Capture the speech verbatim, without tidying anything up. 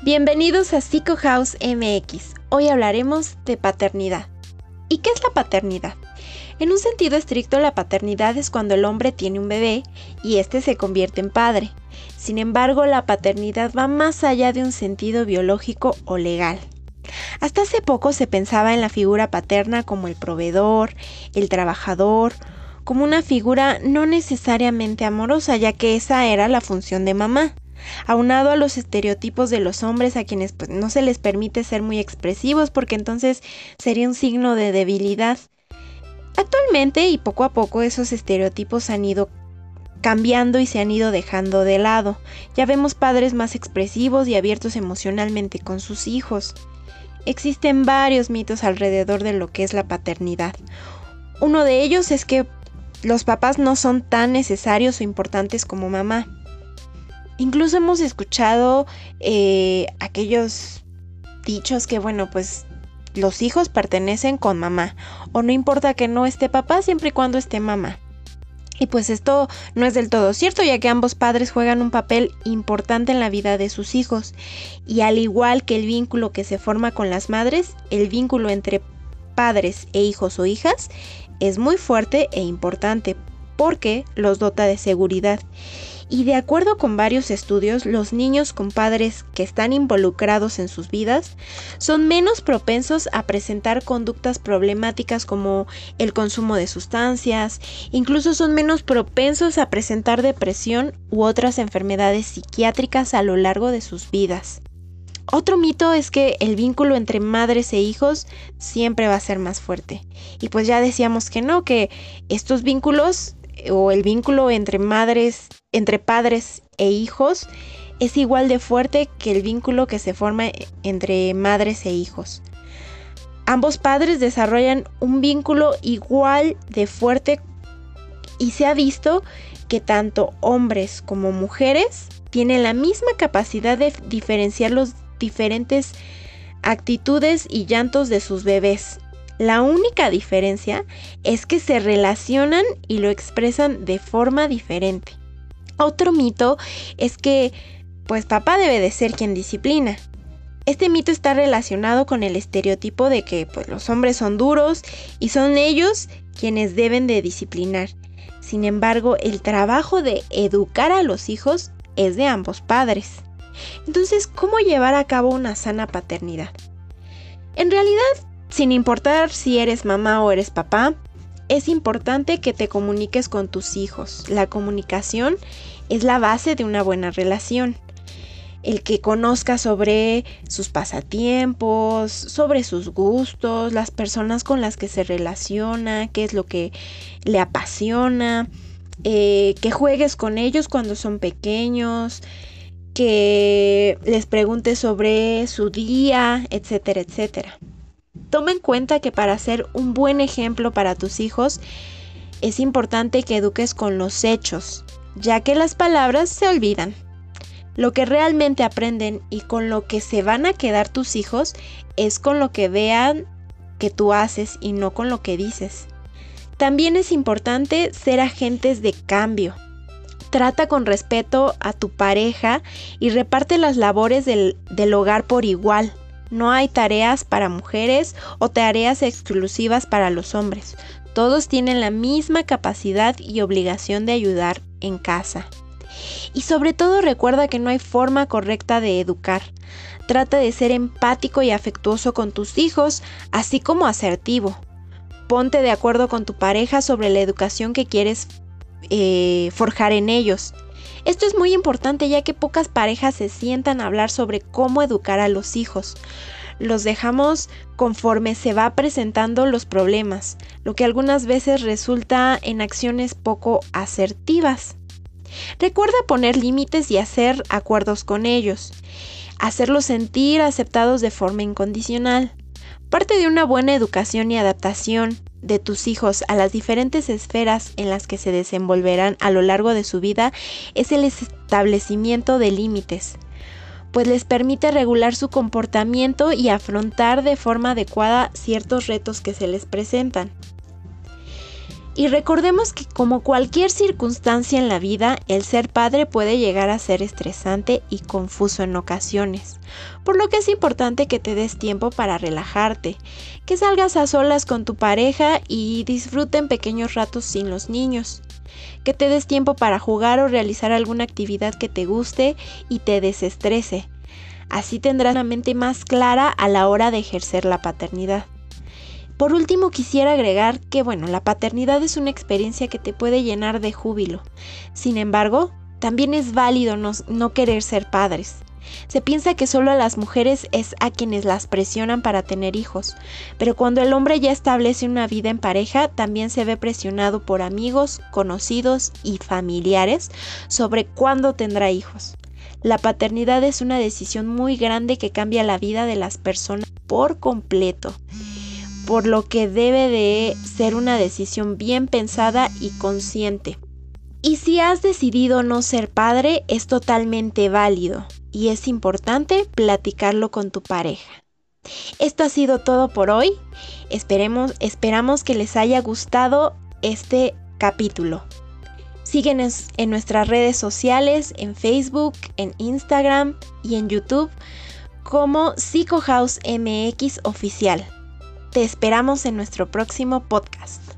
Bienvenidos a Psico House M X. Hoy hablaremos de paternidad. ¿Y qué es la paternidad? En un sentido estricto, la paternidad es cuando el hombre tiene un bebé y éste se convierte en padre. Sin embargo, la paternidad va más allá de un sentido biológico o legal. Hasta hace poco se pensaba en la figura paterna como el proveedor, el trabajador, como una figura no necesariamente amorosa, ya que esa era la función de mamá. Aunado a los estereotipos de los hombres a quienes pues, no se les permite ser muy expresivos porque entonces sería un signo de debilidad. Actualmente y poco a poco esos estereotipos han ido cambiando y se han ido dejando de lado. Ya vemos padres más expresivos y abiertos emocionalmente con sus hijos. Existen varios mitos alrededor de lo que es la paternidad. Uno de ellos es que los papás no son tan necesarios o importantes como mamá. Incluso hemos escuchado eh, aquellos dichos que, bueno, pues los hijos pertenecen con mamá, o no importa que no esté papá siempre y cuando esté mamá. Y pues esto no es del todo cierto, ya que ambos padres juegan un papel importante en la vida de sus hijos. Y al igual que el vínculo que se forma con las madres, el vínculo entre padres e hijos o hijas es muy fuerte e importante porque los dota de seguridad. Y de acuerdo con varios estudios, los niños con padres que están involucrados en sus vidas son menos propensos a presentar conductas problemáticas como el consumo de sustancias, incluso son menos propensos a presentar depresión u otras enfermedades psiquiátricas a lo largo de sus vidas. Otro mito es que el vínculo entre madres e hijos siempre va a ser más fuerte. Y pues ya decíamos que no, que estos vínculos o el vínculo entre madres, entre padres e hijos es igual de fuerte que el vínculo que se forma entre madres e hijos. Ambos padres desarrollan un vínculo igual de fuerte y se ha visto que tanto hombres como mujeres tienen la misma capacidad de diferenciar los diferentes actitudes y llantos de sus bebés. La única diferencia es que se relacionan y lo expresan de forma diferente. Otro mito es que, pues papá debe de ser quien disciplina. Este mito está relacionado con el estereotipo de que pues, los hombres son duros y son ellos quienes deben de disciplinar. Sin embargo, el trabajo de educar a los hijos es de ambos padres. Entonces, ¿cómo llevar a cabo una sana paternidad? En realidad, sin importar si eres mamá o eres papá, es importante que te comuniques con tus hijos. La comunicación es la base de una buena relación. El que conozcas sobre sus pasatiempos, sobre sus gustos, las personas con las que se relaciona, qué es lo que le apasiona, eh, que juegues con ellos cuando son pequeños, que les preguntes sobre su día, etcétera, etcétera. Toma en cuenta que para ser un buen ejemplo para tus hijos es importante que eduques con los hechos, ya que las palabras se olvidan. Lo que realmente aprenden y con lo que se van a quedar tus hijos es con lo que vean que tú haces y no con lo que dices. También es importante ser agentes de cambio. Trata con respeto a tu pareja y reparte las labores del, del hogar por igual. No hay tareas para mujeres o tareas exclusivas para los hombres. Todos tienen la misma capacidad y obligación de ayudar en casa. Y sobre todo recuerda que no hay forma correcta de educar. Trata de ser empático y afectuoso con tus hijos, así como asertivo. Ponte de acuerdo con tu pareja sobre la educación que quieres eh, forjar en ellos. Esto es muy importante ya que pocas parejas se sientan a hablar sobre cómo educar a los hijos. Los dejamos conforme se va presentando los problemas, lo que algunas veces resulta en acciones poco asertivas. Recuerda poner límites y hacer acuerdos con ellos, hacerlos sentir aceptados de forma incondicional. Parte de una buena educación y adaptación de tus hijos a las diferentes esferas en las que se desenvolverán a lo largo de su vida es el establecimiento de límites, pues les permite regular su comportamiento y afrontar de forma adecuada ciertos retos que se les presentan. Y recordemos que como cualquier circunstancia en la vida, el ser padre puede llegar a ser estresante y confuso en ocasiones, por lo que es importante que te des tiempo para relajarte, que salgas a solas con tu pareja y disfruten pequeños ratos sin los niños, que te des tiempo para jugar o realizar alguna actividad que te guste y te desestrese. Así tendrás una mente más clara a la hora de ejercer la paternidad. Por último, quisiera agregar que, bueno, la paternidad es una experiencia que te puede llenar de júbilo. Sin embargo, también es válido no, no querer ser padres. Se piensa que solo a las mujeres es a quienes las presionan para tener hijos, pero cuando el hombre ya establece una vida en pareja, también se ve presionado por amigos, conocidos y familiares sobre cuándo tendrá hijos. La paternidad es una decisión muy grande que cambia la vida de las personas por completo, por lo que debe de ser una decisión bien pensada y consciente. Y si has decidido no ser padre, es totalmente válido y es importante platicarlo con tu pareja. Esto ha sido todo por hoy. Esperemos, esperamos que les haya gustado este capítulo. Síguenos en nuestras redes sociales, en Facebook, en Instagram y en YouTube como Psicohouse M X Oficial. Te esperamos en nuestro próximo podcast.